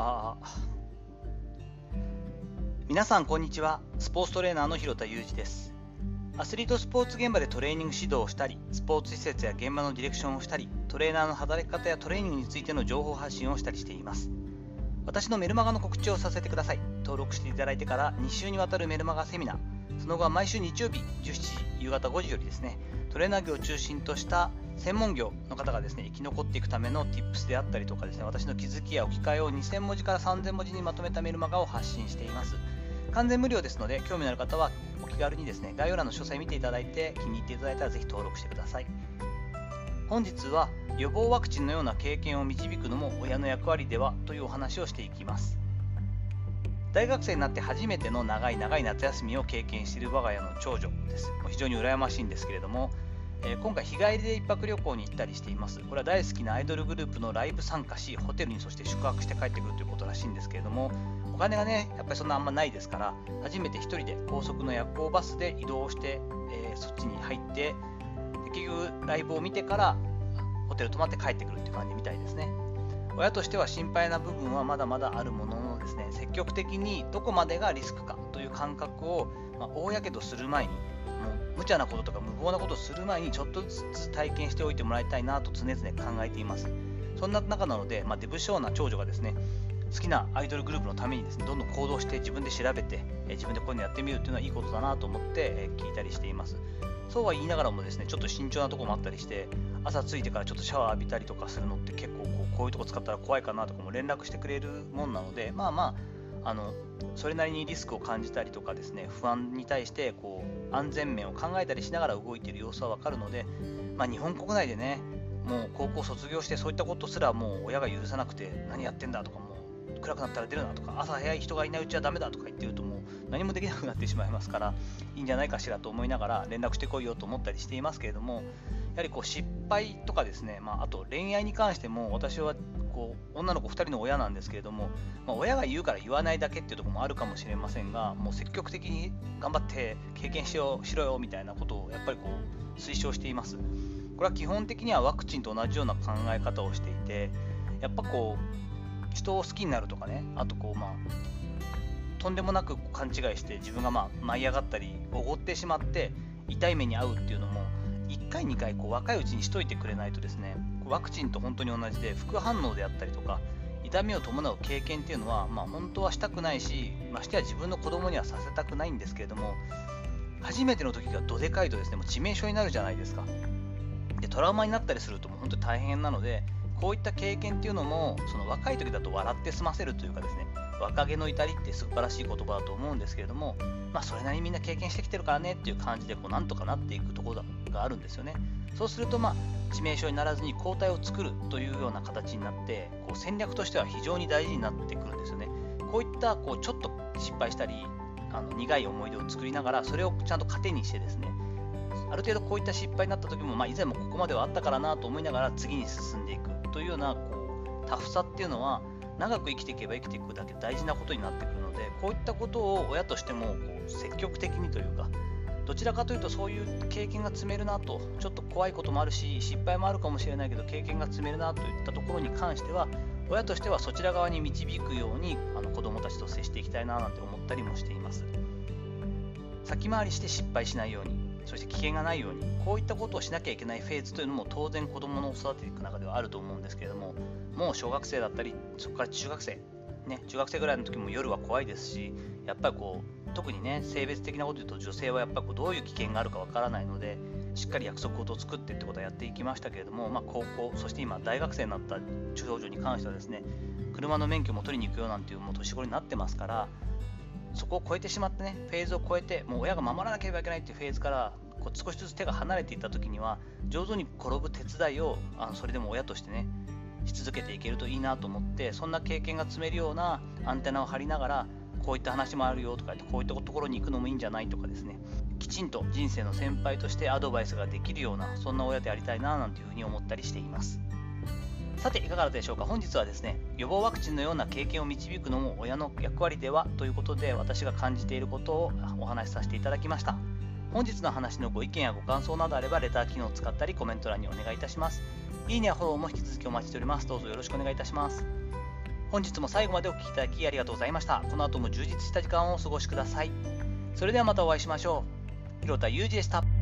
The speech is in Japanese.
皆さんこんにちは。スポーツトレーナーの広田裕二です。アスリートスポーツ現場でトレーニング指導をしたり、スポーツ施設や現場のディレクションをしたり、トレーナーの働き方やトレーニングについての情報発信をしたりしています。私のメルマガの告知をさせてください。登録していただいてから2週にわたるメルマガセミナー、その後は毎週日曜日17時、夕方5時よりですね、トレーナー業を中心とした専門業の方がですね、生き残っていくための Tips であったりとかですね、私の気づきや置き換えを2000文字から3000文字にまとめたメルマガを発信しています。完全無料ですので、興味のある方はお気軽にですね、概要欄の詳細見ていただいて、気に入っていただいたらぜひ登録してください。本日は予防ワクチンのような経験を導くのも親の役割ではというお話をしていきます。大学生になって初めての長い夏休みを経験している我が家の長女です。非常に羨ましいんですけれども、今回日帰りで1泊旅行に行ったりしています。これは大好きなアイドルグループのライブ参加し、ホテルにそして宿泊して帰ってくるということらしいんですけれども、お金がね、やっぱりそんなあんまないですから、初めて一人で高速の夜行バスで移動して、そっちに入って、結局ライブを見てからホテル泊まって帰ってくるっていう感じみたいですね。親としては心配な部分はまだまだあるもののですね、積極的にどこまでがリスクかという感覚を、大やけどする前に、無茶なこととか無謀なことをする前にちょっとずつ体験しておいてもらいたいなと常々考えています。そんな中なので、出不精な長女がですね、好きなアイドルグループのためにですね、どんどん行動して自分で調べて、自分でこういうのやってみるっていうのはいいことだなと思って、聞いたりしています。そうは言いながらもですね、ちょっと慎重なところもあったりして、朝着いてからちょっとシャワー浴びたりとかするのって結構こういうとこ使ったら怖いかなとかも連絡してくれるもんなので、それなりにリスクを感じたりとかですね、不安に対して安全面を考えたりしながら動いている様子はわかるので、日本国内でね、もう高校卒業してそういったことすらもう親が許さなくて、何やってんだとか、もう暗くなったら出るなとか、朝早い人がいないうちはダメだとか言ってるともう何もできなくなってしまいますから、いいんじゃないかしらと思いながら連絡してこいよと思ったりしていますけれども、やはり失敗とかですね、あと恋愛に関しても私は女の子2人の親なんですけれども、親が言うから言わないだけっていうところもあるかもしれませんが、もう積極的に頑張って経験しろよみたいなことをやっぱり推奨しています。これは基本的にはワクチンと同じような考え方をしていて、やっぱ人を好きになるとかね、あととんでもなく勘違いして自分が舞い上がったりおごってしまって痛い目に遭うっていうのも1回2回若いうちにしといてくれないとですね、ワクチンと本当に同じで副反応であったりとか痛みを伴う経験っていうのは、本当はしたくないし、ましてや自分の子供にはさせたくないんですけれども、初めての時がどでかいとですね、もう致命傷になるじゃないですか。でトラウマになったりするともう本当に大変なので、こういった経験っていうのもその若い時だと笑って済ませるというかですね、若気の至りって素晴らしい言葉だと思うんですけれども、それなりにみんな経験してきてるからねっていう感じでなんとかなっていくところがあるんですよね。そうすると致命傷にならずに抗体を作るというような形になって、戦略としては非常に大事になってくるんですよね。こういったちょっと失敗したり苦い思い出を作りながら、それをちゃんと糧にしてですね、ある程度こういった失敗になった時も、以前もここまではあったからなと思いながら次に進んでいくというようなタフさっていうのは、長く生きていけば生きていくだけ大事なことになってくるので、こういったことを親としても積極的にというか、どちらかというとそういう経験が積めるなと、ちょっと怖いこともあるし失敗もあるかもしれないけど経験が積めるなといったところに関しては、親としてはそちら側に導くように子どもたちと接していきたいななんて思ったりもしています。先回りして失敗しないように、そして危険がないように、こういったことをしなきゃいけないフェーズというのも当然子どもの育てていく中ではあると思うんですけれども、もう小学生だったりそこから中学生中学生ぐらいの時も夜は怖いですし、やっぱり特にね、性別的なこと言うと女性はやっぱりどういう危険があるかわからないので、しっかり約束事を作ってってことはやっていきましたけれども、高校、そして今大学生になった長女に関してはですね、車の免許も取りに行くよなんていうもう年頃になってますから、そこを超えてしまってね、フェーズを超えてもう親が守らなければいけないっていうフェーズから少しずつ手が離れていった時には、上手に転ぶ手伝いをそれでも親としてねし続けていけるといいなと思って、そんな経験が積めるようなアンテナを張りながら、こういった話もあるよとか言って、こういったところに行くのもいいんじゃないとかですね、きちんと人生の先輩としてアドバイスができるような、そんな親でありたいななんていうふうに思ったりしています。さていかがだったでしょうか。本日はですね、予防ワクチンのような経験を導くのも親の役割ではということで、私が感じていることをお話しさせていただきました。本日の話のご意見やご感想などあればレター機能を使ったりコメント欄にお願いいたします。いいねやフォローも引き続きお待ちしております。どうぞよろしくお願いいたします。 本日も最後までお聞きいただきありがとうございました。この後も充実した時間をお過ごしください。それではまたお会いしましょう。広田裕二でした。